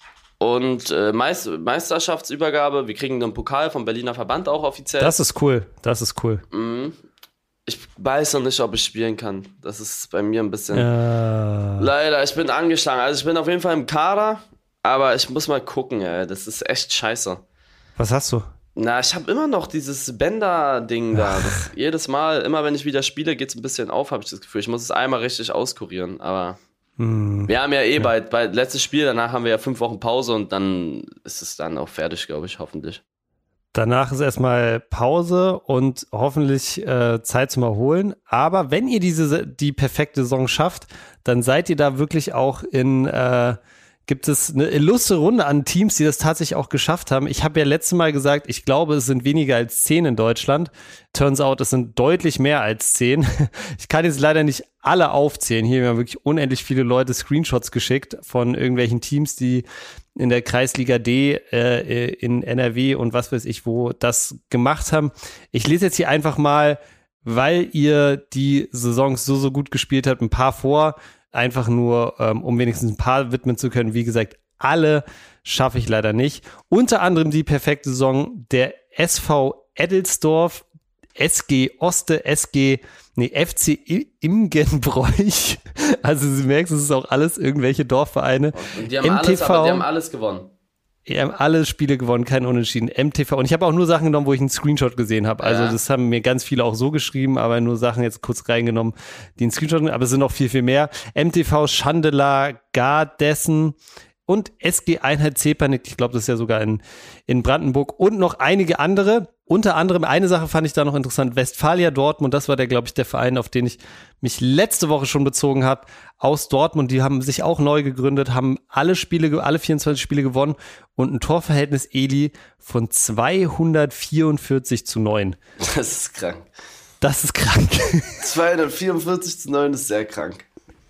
und äh, Meist- Meisterschaftsübergabe. Wir kriegen einen Pokal vom Berliner Verband auch offiziell. Das ist cool, das ist cool. Mhm. Ich weiß noch nicht, ob ich spielen kann. Das ist bei mir ein bisschen... Ja. Leider, ich bin angeschlagen. Also ich bin auf jeden Fall im Kader. Aber ich muss mal gucken, ey. Das ist echt scheiße. Was hast du? Na, ich habe immer noch dieses Bänder-Ding da. Das, jedes Mal, immer wenn ich wieder spiele, geht es ein bisschen auf, habe ich das Gefühl. Ich muss es einmal richtig auskurieren. Aber hm. wir haben ja eh ja. bald, bald letztes Spiel, danach haben wir ja fünf Wochen Pause und dann ist es dann auch fertig, glaube ich, hoffentlich. Danach ist erstmal Pause und hoffentlich äh, Zeit zum Erholen. Aber wenn ihr diese die perfekte Saison schafft, dann seid ihr da wirklich auch in... Äh, gibt es eine illustre Runde an Teams, die das tatsächlich auch geschafft haben. Ich habe ja letztes Mal gesagt, ich glaube, es sind weniger als zehn in Deutschland. Turns out, es sind deutlich mehr als zehn. Ich kann jetzt leider nicht alle aufzählen. Hier haben wirklich unendlich viele Leute Screenshots geschickt von irgendwelchen Teams, die in der Kreisliga D äh, in N R W und was weiß ich wo das gemacht haben. Ich lese jetzt hier einfach mal, weil ihr die Saisons so, so gut gespielt habt, ein paar vor. Einfach nur, ähm, um wenigstens ein paar widmen zu können. Wie gesagt, alle schaffe ich leider nicht. Unter anderem die perfekte Saison der S V Eddelsdorf, S G Oste, S G, nee, F C Imgenbräuch. Also du merkst, es ist auch alles irgendwelche Dorfvereine. Und die haben, M T V, alles, aber die haben alles gewonnen. Die haben alle Spiele gewonnen, kein Unentschieden. M T V. Und ich habe auch nur Sachen genommen, wo ich einen Screenshot gesehen habe. Also ja. Das haben mir ganz viele auch so geschrieben, aber nur Sachen jetzt kurz reingenommen, die einen Screenshot, aber es sind noch viel, viel mehr. M T V, Schandela, Gardessen und S G Einheit Zepernick. Ich glaube, das ist ja sogar in, in Brandenburg und noch einige andere. Unter anderem, eine Sache fand ich da noch interessant, Westfalia Dortmund, das war der, glaube ich, der Verein, auf den ich mich letzte Woche schon bezogen habe, aus Dortmund, die haben sich auch neu gegründet, haben alle Spiele, alle vierundzwanzig Spiele gewonnen und ein Torverhältnis, Eli, von zweihundertvierundvierzig zu neun. Das ist krank. Das ist krank. zweihundertvierundvierzig zu neun ist sehr krank.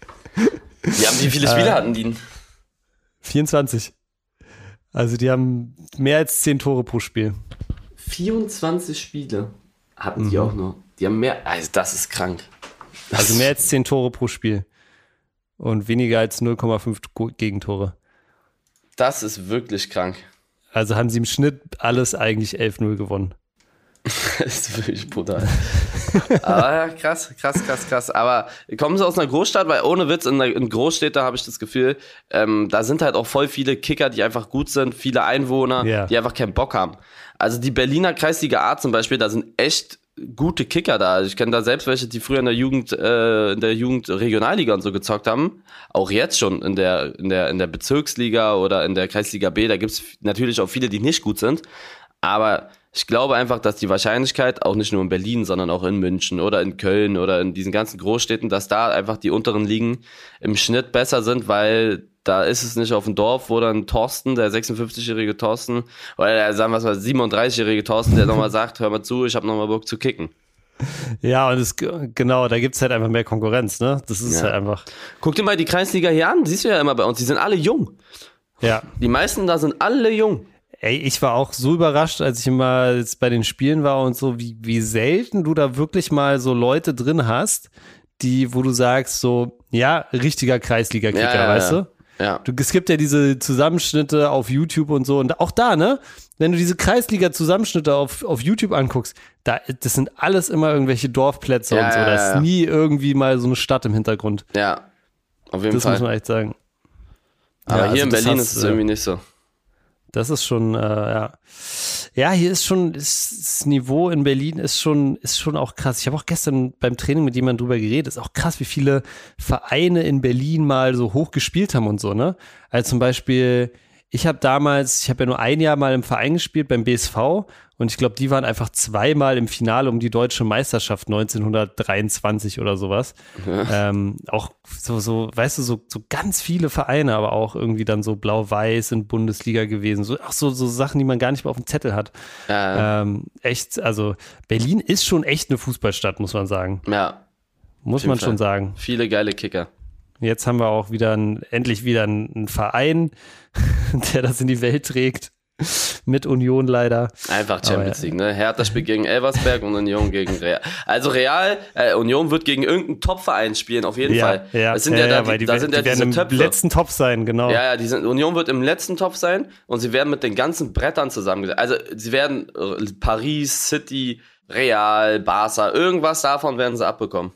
Die haben, wie viele Spiele äh, hatten die? vierundzwanzig. Also die haben mehr als zehn Tore pro Spiel. vierundzwanzig Spiele hatten die mhm. auch noch. Die haben mehr, also das ist krank. Das also mehr als zehn Tore pro Spiel. Und weniger als null Komma fünf Gegentore. Das ist wirklich krank. Also haben sie im Schnitt alles eigentlich elf null gewonnen. Das ist wirklich brutal. Aber ja, krass, krass, krass, krass. Aber kommen sie aus einer Großstadt? Weil ohne Witz, in, der, in Großstädten habe ich das Gefühl, ähm, da sind halt auch voll viele Kicker, die einfach gut sind, viele Einwohner, yeah. die einfach keinen Bock haben. Also die Berliner Kreisliga A zum Beispiel, da sind echt gute Kicker da. Also ich kenne da selbst welche, die früher in der Jugend, äh, in der Jugend Regionalliga und so gezockt haben. Auch jetzt schon in der, in der, in der Bezirksliga oder in der Kreisliga B. Da gibt's natürlich auch viele, die nicht gut sind. Aber ich glaube einfach, dass die Wahrscheinlichkeit, auch nicht nur in Berlin, sondern auch in München oder in Köln oder in diesen ganzen Großstädten, dass da einfach die unteren Ligen im Schnitt besser sind, weil da ist es nicht auf dem Dorf, wo dann Thorsten, der sechsundfünfzigjährige Thorsten, oder der, sagen wir mal, siebenunddreißigjährige Thorsten, der nochmal sagt, hör mal zu, ich habe nochmal Bock zu kicken. Ja, und es, genau, da gibt es halt einfach mehr Konkurrenz, ne? Das ist ja. halt einfach. Guck dir mal die Kreisliga hier an, siehst du ja immer bei uns, die sind alle jung. Ja. Die meisten da sind alle jung. Ey, ich war auch so überrascht, als ich immer jetzt bei den Spielen war und so, wie, wie selten du da wirklich mal so Leute drin hast, die, wo du sagst, so, ja, richtiger Kreisliga-Kicker, ja, ja, weißt ja. du? Ja. du? Es gibt ja diese Zusammenschnitte auf YouTube und so und auch da, ne? Wenn du diese Kreisliga-Zusammenschnitte auf, auf YouTube anguckst, da, das sind alles immer irgendwelche Dorfplätze ja, und so, ja, da ja. ist nie irgendwie mal so eine Stadt im Hintergrund. Ja, auf jeden das Fall. Das muss man echt sagen. Aber ja, hier also in Berlin hast, ist es irgendwie nicht so. Das ist schon, äh, ja. Ja, hier ist schon, ist, das Niveau in Berlin ist schon, ist schon auch krass. Ich habe auch gestern beim Training mit jemandem drüber geredet. Ist auch krass, wie viele Vereine in Berlin mal so hoch gespielt haben und so, ne? Also zum Beispiel, ich habe damals, ich habe ja nur ein Jahr mal im Verein gespielt, beim B S V. Und ich glaube, die waren einfach zweimal im Finale um die deutsche Meisterschaft neunzehnhundertdreiundzwanzig oder sowas. Ja. Ähm, auch so, so, weißt du, so, so ganz viele Vereine, aber auch irgendwie dann so Blau-Weiß in Bundesliga gewesen. So, auch so, so Sachen, die man gar nicht mehr auf dem Zettel hat. Ja. Ähm, echt, also Berlin ist schon echt eine Fußballstadt, muss man sagen. Ja. Muss man schon sagen. Viele geile Kicker. Jetzt haben wir auch wieder ein, endlich wieder einen Verein, der das in die Welt trägt. Mit Union leider. Einfach Champions League, ne? Hertha spielt gegen Elversberg und Union gegen Real. Also Real, äh, Union wird gegen irgendeinen Top-Verein spielen, auf jeden ja, Fall. Ja, das sind ja, ja, da, ja, weil die, da sind die ja werden diese im Töpfe. letzten Topf sein, genau. Ja, ja, die sind, Union wird im letzten Topf sein und sie werden mit den ganzen Brettern zusammengesetzt. Also sie werden äh, Paris, City, Real, Barca, irgendwas davon werden sie abbekommen.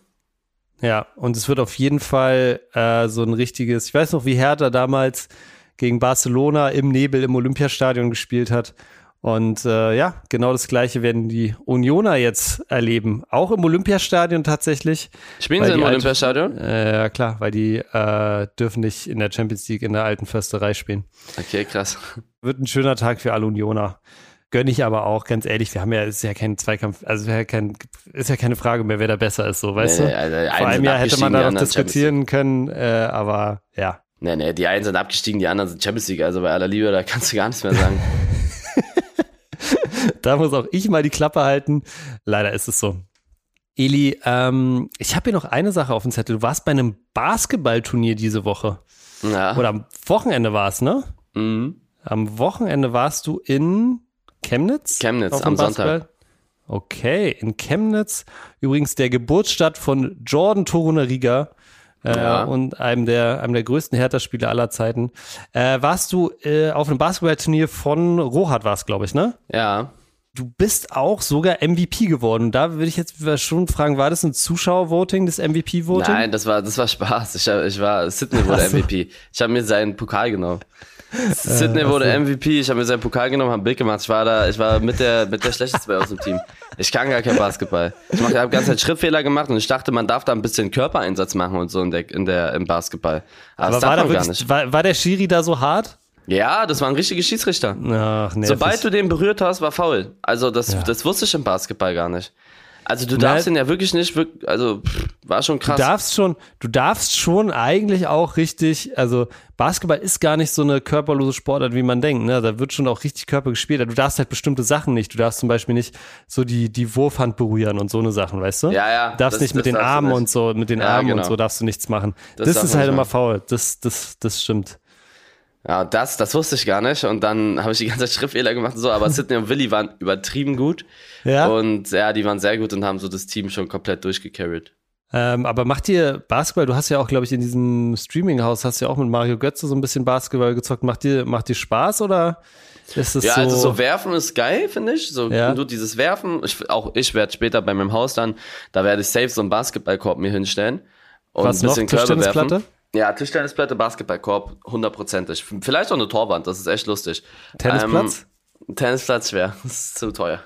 Ja, und es wird auf jeden Fall äh, so ein richtiges, ich weiß noch, wie Hertha damals gegen Barcelona im Nebel im Olympiastadion gespielt hat. Und äh, ja, genau das Gleiche werden die Unioner jetzt erleben. Auch im Olympiastadion tatsächlich. Spielen sie im Olympiastadion? Äh, ja, klar, weil die äh, dürfen nicht in der Champions League in der alten Försterei spielen. Okay, krass. Wird ein schöner Tag für alle Unioner. Gönne ich aber auch, ganz ehrlich, wir haben ja, ist ja kein Zweikampf, also ja kein, ist ja keine Frage mehr, wer da besser ist, so, weißt nee, du? Also vor einem Jahr hätte man da noch diskutieren können, äh, aber ja. Nee, nee, die einen sind abgestiegen, die anderen sind Champions League, also bei aller Liebe, da kannst du gar nichts mehr sagen. Da muss auch ich mal die Klappe halten. Leider ist es so. Eli, ähm, ich habe hier noch eine Sache auf dem Zettel. Du warst bei einem Basketballturnier diese Woche. Ja. Oder am Wochenende war es, ne? Mhm. Am Wochenende warst du in Chemnitz? Chemnitz, am Basketball? Sonntag. Okay, in Chemnitz. Übrigens der Geburtsstadt von Jordan Torunariga. Äh, ja. Und einem der, einem der größten Hertha-Spieler aller Zeiten. Äh, warst du äh, auf einem Basketballturnier von Rohat, war es, glaube ich, ne? Ja. Du bist auch sogar M V P geworden. Da würde ich jetzt schon fragen, war das ein Zuschauervoting, das M V P-Voting? Nein, das war, das war Spaß. Ich, hab, ich war, Sydney wurde M V P. Ich habe mir seinen Pokal genommen. Sydney äh, wurde M V P, ich habe mir seinen Pokal genommen, habe ein Bild gemacht. Ich war da, ich war mit der, mit der schlechteste aus dem Team. Ich kann gar kein Basketball. Ich habe die ganze Zeit Schrittfehler gemacht und ich dachte, man darf da ein bisschen Körpereinsatz machen und so in der, in der, im Basketball. Aber, Aber das war, darf da man gar nicht. War, war der Schiri da so hart? Ja, das war ein richtiger Schiedsrichter. Ach, Sobald du den berührt hast, war faul. Also das, ja. das wusste ich im Basketball gar nicht. Also du darfst ihn ja wirklich nicht, wirklich, also pff, war schon krass. Du darfst schon, du darfst schon eigentlich auch richtig, also Basketball ist gar nicht so eine körperlose Sportart, wie man denkt, ne? Da wird schon auch richtig Körper gespielt. Du darfst halt bestimmte Sachen nicht. Du darfst zum Beispiel nicht so die, die Wurfhand berühren und so eine Sachen, weißt du? Ja, ja. Du darfst das, nicht mit den Armen und so, mit den ja, Armen genau. und so darfst du nichts machen. Das, das ist halt immer faul. Das, das, das stimmt. Ja, das, das wusste ich gar nicht und dann habe ich die ganze Zeit Schrittfehler gemacht und so, aber Sydney und Willi waren übertrieben gut ja? und ja, die waren sehr gut und haben so das Team schon komplett durchgecarried. Ähm, aber macht dir Basketball, du hast ja auch, glaube ich, in diesem Streaming-Haus, hast ja auch mit Mario Götze so ein bisschen Basketball gezockt, macht dir, macht dir Spaß oder ist es ja, so? Ja, also so werfen ist geil, finde ich, so ja. du dieses Werfen, ich, auch ich werde später bei meinem Haus dann, da werde ich safe so einen Basketballkorb mir hinstellen und was ein bisschen noch? Körbe werfen. Platte? Ja, Tischtennisplatte, Basketballkorb, hundertprozentig. Vielleicht auch eine Torwand, das ist echt lustig. Tennisplatz? Ähm, Tennisplatz schwer, das ist zu teuer.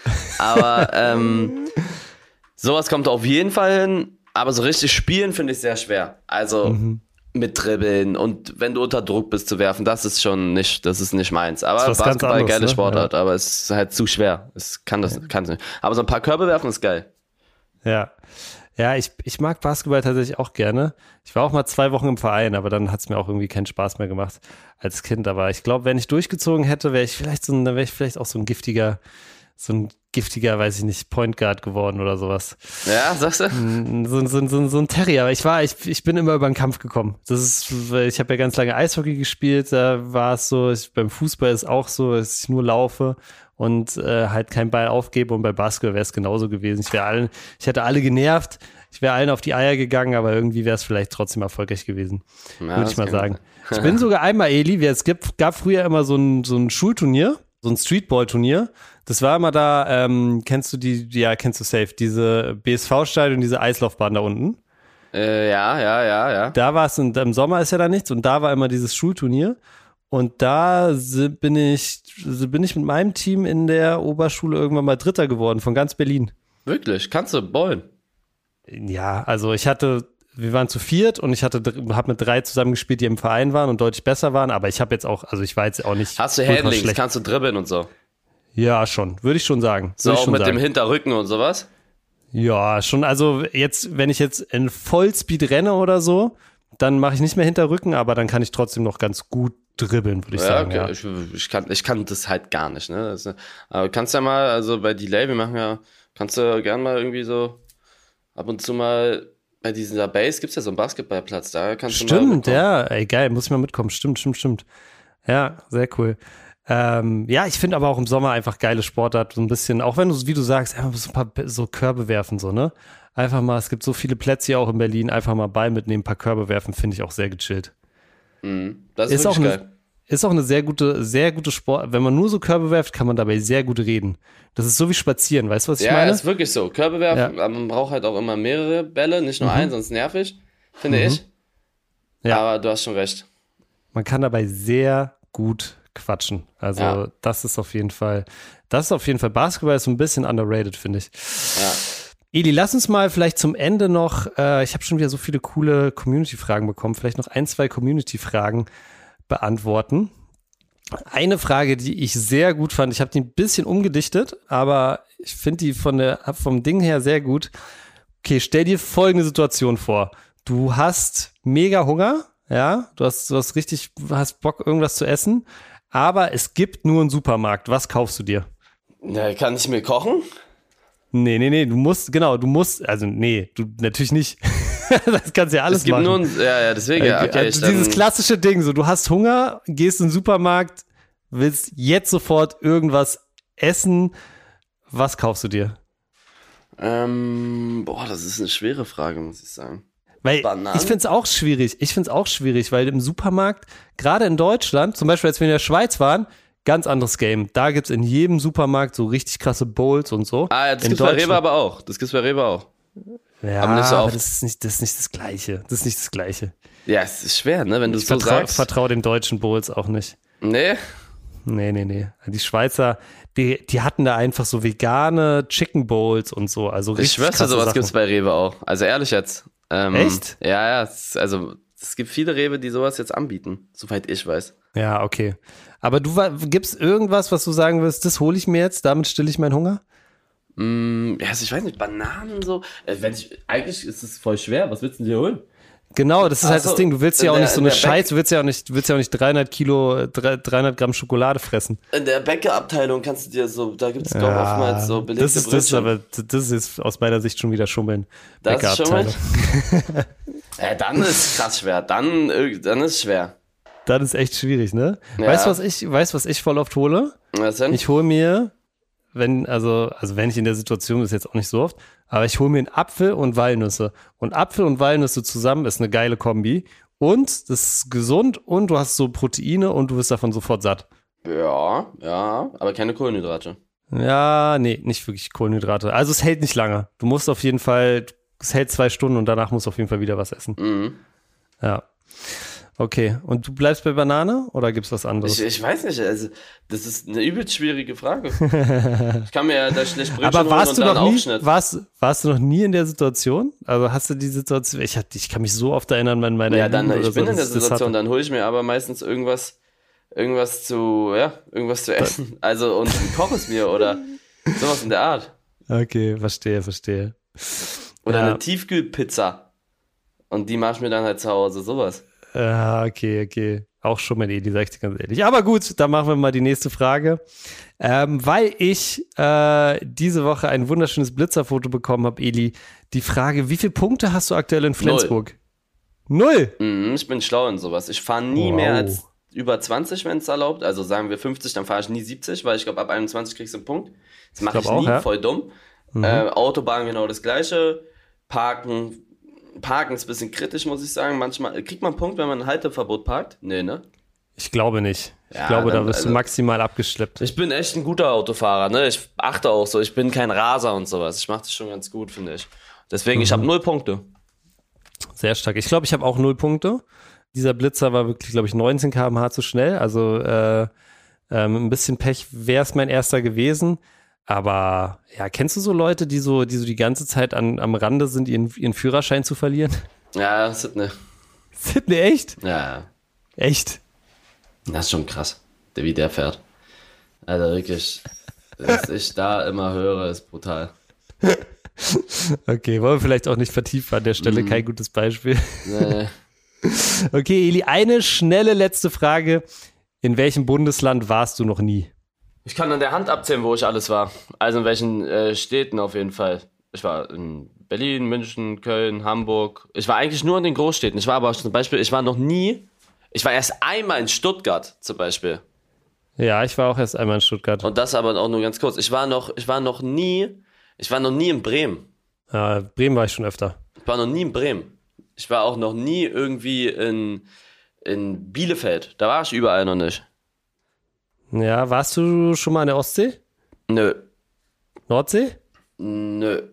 Aber ähm, sowas kommt auf jeden Fall hin, aber so richtig spielen finde ich sehr schwer. Also mhm. mit Dribbeln und wenn du unter Druck bist zu werfen, das ist schon nicht, das ist nicht meins. Aber Basketball, anderes, geile ne? Sportart, ja. aber es ist halt zu schwer. Es kann das, kann es nicht. Aber so ein paar Körbe werfen ist geil. Ja. Ja, ich, ich mag Basketball tatsächlich auch gerne. Ich war auch mal zwei Wochen im Verein, aber dann hat es mir auch irgendwie keinen Spaß mehr gemacht als Kind. Aber ich glaube, wenn ich durchgezogen hätte, wäre ich vielleicht so ein, dann wäre ich vielleicht auch so ein giftiger, so ein giftiger, weiß ich nicht, Point Guard geworden oder sowas. Ja, sagst du? So, so, so, so ein Terrier. Ich war, ich, ich bin immer über den Kampf gekommen. Das ist, ich habe ja ganz lange Eishockey gespielt, da war es so, ich, beim Fußball ist auch so, dass ich nur laufe und äh, halt keinen Ball aufgebe, und bei Basketball wäre es genauso gewesen. Ich wäre allen, ich hätte alle genervt, ich wäre allen auf die Eier gegangen, aber irgendwie wäre es vielleicht trotzdem erfolgreich gewesen, ja, würde ich mal sagen. Ich bin sogar einmal, Eli, es gibt, gab früher immer so ein, so ein Schulturnier, so ein Streetball-Turnier. Das war immer da, ähm, kennst du die, ja, kennst du safe, diese B S V-Stadion, diese Eislaufbahn da unten. Äh, ja, ja, ja, ja. Da war es, und im Sommer ist ja da nichts, und da war immer dieses Schulturnier. Und da bin ich, bin ich mit meinem Team in der Oberschule irgendwann mal Dritter geworden, von ganz Berlin. Wirklich? Kannst du ballen? Ja, also ich hatte, wir waren zu viert und ich hatte, habe mit drei zusammengespielt, die im Verein waren und deutlich besser waren, aber ich habe jetzt auch, also ich war jetzt auch nicht. Hast du Handlings, kannst du dribbeln und so? Ja, schon, würde ich schon sagen. So auch mit sagen. dem Hinterrücken und sowas? Ja, schon, also jetzt, wenn ich jetzt in Vollspeed renne oder so, dann mache ich nicht mehr Hinterrücken, aber dann kann ich trotzdem noch ganz gut dribbeln, würde ich ja, sagen. Okay. Ja, ich, ich, kann, ich kann das halt gar nicht, ne? Das, aber kannst ja mal, also bei Delay, wir machen ja, kannst du gern mal irgendwie so ab und zu mal bei dieser Base gibt's ja so einen Basketballplatz, da kannst stimmt, du mal Stimmt, ja, ey, geil, muss ich mal mitkommen, stimmt, stimmt, stimmt. Ja, sehr cool. Ähm, ja, ich finde aber auch im Sommer einfach geile Sportart, so ein bisschen, auch wenn du, wie du sagst, einfach so ein paar so Körbe werfen, so, ne? Einfach mal, es gibt so viele Plätze hier auch in Berlin, einfach mal Ball mitnehmen, ein paar Körbe werfen, finde ich auch sehr gechillt. Mhm, das ist, ist auch wirklich eine, geil. Ist auch eine sehr gute, sehr gute Sport. Wenn man nur so Körbe werft, kann man dabei sehr gut reden. Das ist so wie Spazieren, weißt du, was ich ja, meine? Ja, ist wirklich so. Körbe werfen, Ja. aber man braucht halt auch immer mehrere Bälle, nicht nur Mhm. einen, sonst nervig, finde Mhm. ich. Ja. Aber du hast schon recht. Man kann dabei sehr gut quatschen. Also Ja. das ist auf jeden Fall, das ist auf jeden Fall, Basketball ist so ein bisschen underrated, finde ich. Ja. Eli, lass uns mal vielleicht zum Ende noch, äh, ich habe schon wieder so viele coole Community-Fragen bekommen, vielleicht noch ein, zwei Community-Fragen beantworten. Eine Frage, die ich sehr gut fand, ich habe die ein bisschen umgedichtet, aber ich finde die von der, vom Ding her sehr gut. Okay, stell dir folgende Situation vor. Du hast mega Hunger, ja, du hast, du hast richtig, hast Bock, irgendwas zu essen, aber es gibt nur einen Supermarkt. Was kaufst du dir? Ja, kann ich mir kochen? Nee, nee, nee, du musst, genau, du musst, also nee, du natürlich nicht. Das kannst du ja alles es gibt machen. Nur ein, ja, ja, deswegen, ja, okay. Also dieses dann, klassische Ding, so du hast Hunger, gehst in den Supermarkt, willst jetzt sofort irgendwas essen, was kaufst du dir? Ähm, boah, das ist eine schwere Frage, muss ich sagen. Weil Bananen? ich finde es auch schwierig, ich finde es auch schwierig, weil im Supermarkt, gerade in Deutschland, zum Beispiel als wir in der Schweiz waren, ganz anderes Game. Da gibt's in jedem Supermarkt so richtig krasse Bowls und so. Ah, ja, das in gibt's bei Rewe aber auch. Das gibt's bei Rewe auch. Ja, aber, nicht so aber oft. das ist nicht, das ist nicht das Gleiche. Das ist nicht das Gleiche. Ja, es ist schwer, ne, wenn du Ich so vertrau, sagst. vertraue den deutschen Bowls auch nicht. Nee? Nee, nee, nee. Die Schweizer, die, die hatten da einfach so vegane Chicken Bowls und so. Also Ich richtig schwör's dir, krasse sowas Sachen. gibt's bei Rewe auch. Also ehrlich jetzt. Ähm, Echt? Ja, ja. Es, also es gibt viele Rewe, die sowas jetzt anbieten, soweit ich weiß. Ja, okay. Aber du gibt's irgendwas, was du sagen willst, das hole ich mir jetzt, damit stille ich meinen Hunger? Mm, ja, also ich weiß nicht, Bananen so. Äh, wenn ich, eigentlich ist es voll schwer. Was willst du dir holen? Genau, das ist halt Ach so, das Ding. Du willst ja auch der- nicht so eine der Bäck- Scheiße, du willst ja auch nicht, du willst ja auch nicht dreihundert Kilo, dreihundert Gramm Schokolade fressen. In der Bäckerabteilung kannst du dir so, da gibt's doch oftmals so belegte das ist, das ist Brötchen. aber, das ist aus meiner Sicht schon wieder Schummeln. Das ist schon mal. Bäckerabteilung. Ja, dann ist krass schwer. Dann, äh, dann ist schwer. Das ist echt schwierig, ne? Ja. Weißt du, was ich, weißt, was ich voll oft hole? Was denn? Ich hole mir, wenn, also, also wenn ich in der Situation bin, ist jetzt auch nicht so oft, aber ich hole mir einen Apfel und Walnüsse. Und Apfel und Walnüsse zusammen ist eine geile Kombi. Und das ist gesund und du hast so Proteine und du bist davon sofort satt. Ja, ja, aber keine Kohlenhydrate. Ja, nee, nicht wirklich Kohlenhydrate. Also es hält nicht lange. Du musst auf jeden Fall, es hält zwei Stunden und danach musst du auf jeden Fall wieder was essen. Mhm. Ja. Okay, und du bleibst bei Banane oder gibt's was anderes? Ich, ich weiß nicht, also das ist eine übelst schwierige Frage. Ich kann mir ja da schlecht Brötchen Aber warst holen du und dann noch nie, Aufschnitt. warst, warst du noch nie in der Situation? Also hast du die Situation, ich, hab, ich kann mich so oft erinnern an meine Ja, dann, Jugend ich oder bin so, in der dass ich das Situation, hatte. dann hole ich mir aber meistens irgendwas, irgendwas zu, ja, irgendwas zu essen. Also und koche es mir oder sowas in der Art. Okay, verstehe, verstehe. Oder Ja. eine Tiefkühlpizza. Und die mache ich mir dann halt zu Hause, sowas. Ah, okay, okay. Auch schon mein Eli, sag ich dir ganz ehrlich. Aber gut, dann machen wir mal die nächste Frage. Ähm, weil ich äh, diese Woche ein wunderschönes Blitzerfoto bekommen habe, Eli. Die Frage, wie viele Punkte hast du aktuell in Flensburg? Null. Null? Mhm, ich bin schlau in sowas. Ich fahre nie wow. mehr als über zwanzig, wenn es erlaubt. Also sagen wir fünfzig, dann fahre ich nie siebzig, weil ich glaube, ab einundzwanzig kriegst du einen Punkt. Das mache ich, ich nie, auch, ja? Voll dumm. Mhm. Äh, Autobahn genau das Gleiche. Parken, Parken ist ein bisschen kritisch, muss ich sagen. Manchmal kriegt man einen Punkt, wenn man ein Halteverbot parkt? Nee, ne? Ich glaube nicht. Ich ja, glaube, dann, da wirst also, du maximal abgeschleppt. Ich bin echt ein guter Autofahrer, ne? Ich achte auch so. Ich bin kein Raser und sowas. Ich mache das schon ganz gut, finde ich. Deswegen, mhm. ich habe null Punkte. Sehr stark. Ich glaube, ich habe auch null Punkte. Dieser Blitzer war wirklich, glaube ich, neunzehn Kilometer pro Stunde zu schnell. Also äh, ähm, ein bisschen Pech wäre es mein erster gewesen. Aber ja, kennst du so Leute, die so die, so die ganze Zeit an, am Rande sind, ihren, ihren Führerschein zu verlieren? Ja, Sydney. Sydney, echt? Ja. Echt? Das ist schon krass, wie der fährt. Also wirklich, was ich da immer höre, ist brutal. Okay, wollen wir vielleicht auch nicht vertiefen an der Stelle, mm. kein gutes Beispiel. Nee. Okay, Eli, eine schnelle letzte Frage. In welchem Bundesland warst du noch nie? Ich kann an der Hand abzählen, wo ich alles war. Also in welchen äh, Städten auf jeden Fall. Ich war in Berlin, München, Köln, Hamburg. Ich war eigentlich nur in den Großstädten. Ich war aber zum Beispiel, ich war noch nie, ich war erst einmal in Stuttgart zum Beispiel. Ja, ich war auch erst einmal in Stuttgart. Und das aber auch nur ganz kurz. Ich war noch, ich war noch nie, ich war noch nie in Bremen. Ja, Bremen war ich schon öfter. Ich war noch nie in Bremen. Ich war auch noch nie irgendwie in, in Bielefeld. Da war ich überall noch nicht. Ja, warst du schon mal an der Ostsee? Nö. Nordsee? Nö.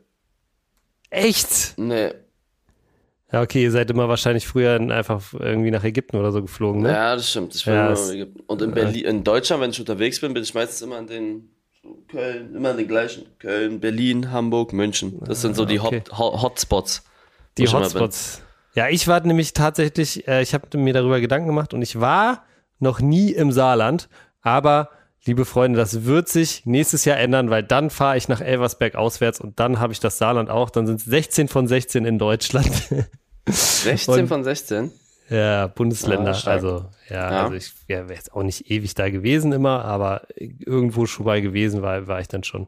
Echt? Nee. Ja, okay, ihr seid immer wahrscheinlich früher einfach irgendwie nach Ägypten oder so geflogen, ne? Ja, das stimmt. Ich bin ja, immer das, nach Ägypten. Und in Berlin, in Deutschland, wenn ich unterwegs bin, bin ich meistens immer an den Köln, immer an den gleichen. Köln, Berlin, Hamburg, München. Das sind so die okay. Hot, Hotspots. Die Hotspots. Ja, ich war nämlich tatsächlich, äh, ich habe mir darüber Gedanken gemacht und ich war noch nie im Saarland, aber liebe Freunde, das wird sich nächstes Jahr ändern, weil dann fahre ich nach Elversberg auswärts und dann habe ich das Saarland auch. Dann sind es sechzehn von sechzehn in Deutschland. sechzehn von sechzehn? Ja, Bundesländer. Ah, also, ja, ja, also ich wäre jetzt auch nicht ewig da gewesen immer, aber irgendwo schon mal gewesen war, war ich dann schon.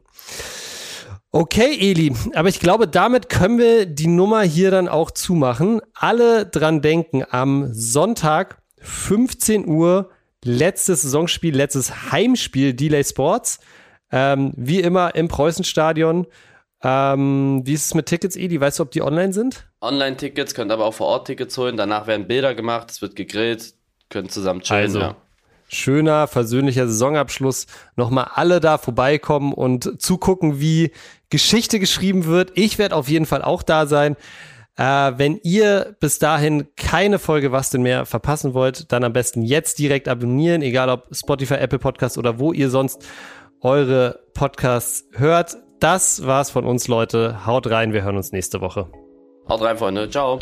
Okay, Eli, aber ich glaube, damit können wir die Nummer hier dann auch zumachen. Alle dran denken, am Sonntag, fünfzehn Uhr, letztes Saisonspiel, letztes Heimspiel Delay Sports. Ähm, wie immer im Preußenstadion. Ähm, wie ist es mit Tickets, Eli? Weißt du, ob die online sind? Online-Tickets, könnt aber auch vor Ort Tickets holen. Danach werden Bilder gemacht, es wird gegrillt, könnt zusammen chillen. Also, ja. Schöner, versöhnlicher Saisonabschluss. Nochmal alle da vorbeikommen und zugucken, wie Geschichte geschrieben wird. Ich werde auf jeden Fall auch da sein. Äh, wenn ihr bis dahin keine Folge Was denn mehr verpassen wollt, dann am besten jetzt direkt abonnieren, egal ob Spotify, Apple Podcasts oder wo ihr sonst eure Podcasts hört. Das war's von uns, Leute. Haut rein, wir hören uns nächste Woche. Haut rein, Freunde. Ciao.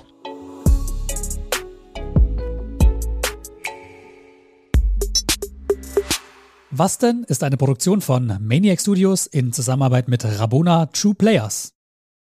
Was denn ist eine Produktion von Maniac Studios in Zusammenarbeit mit Rabona True Players.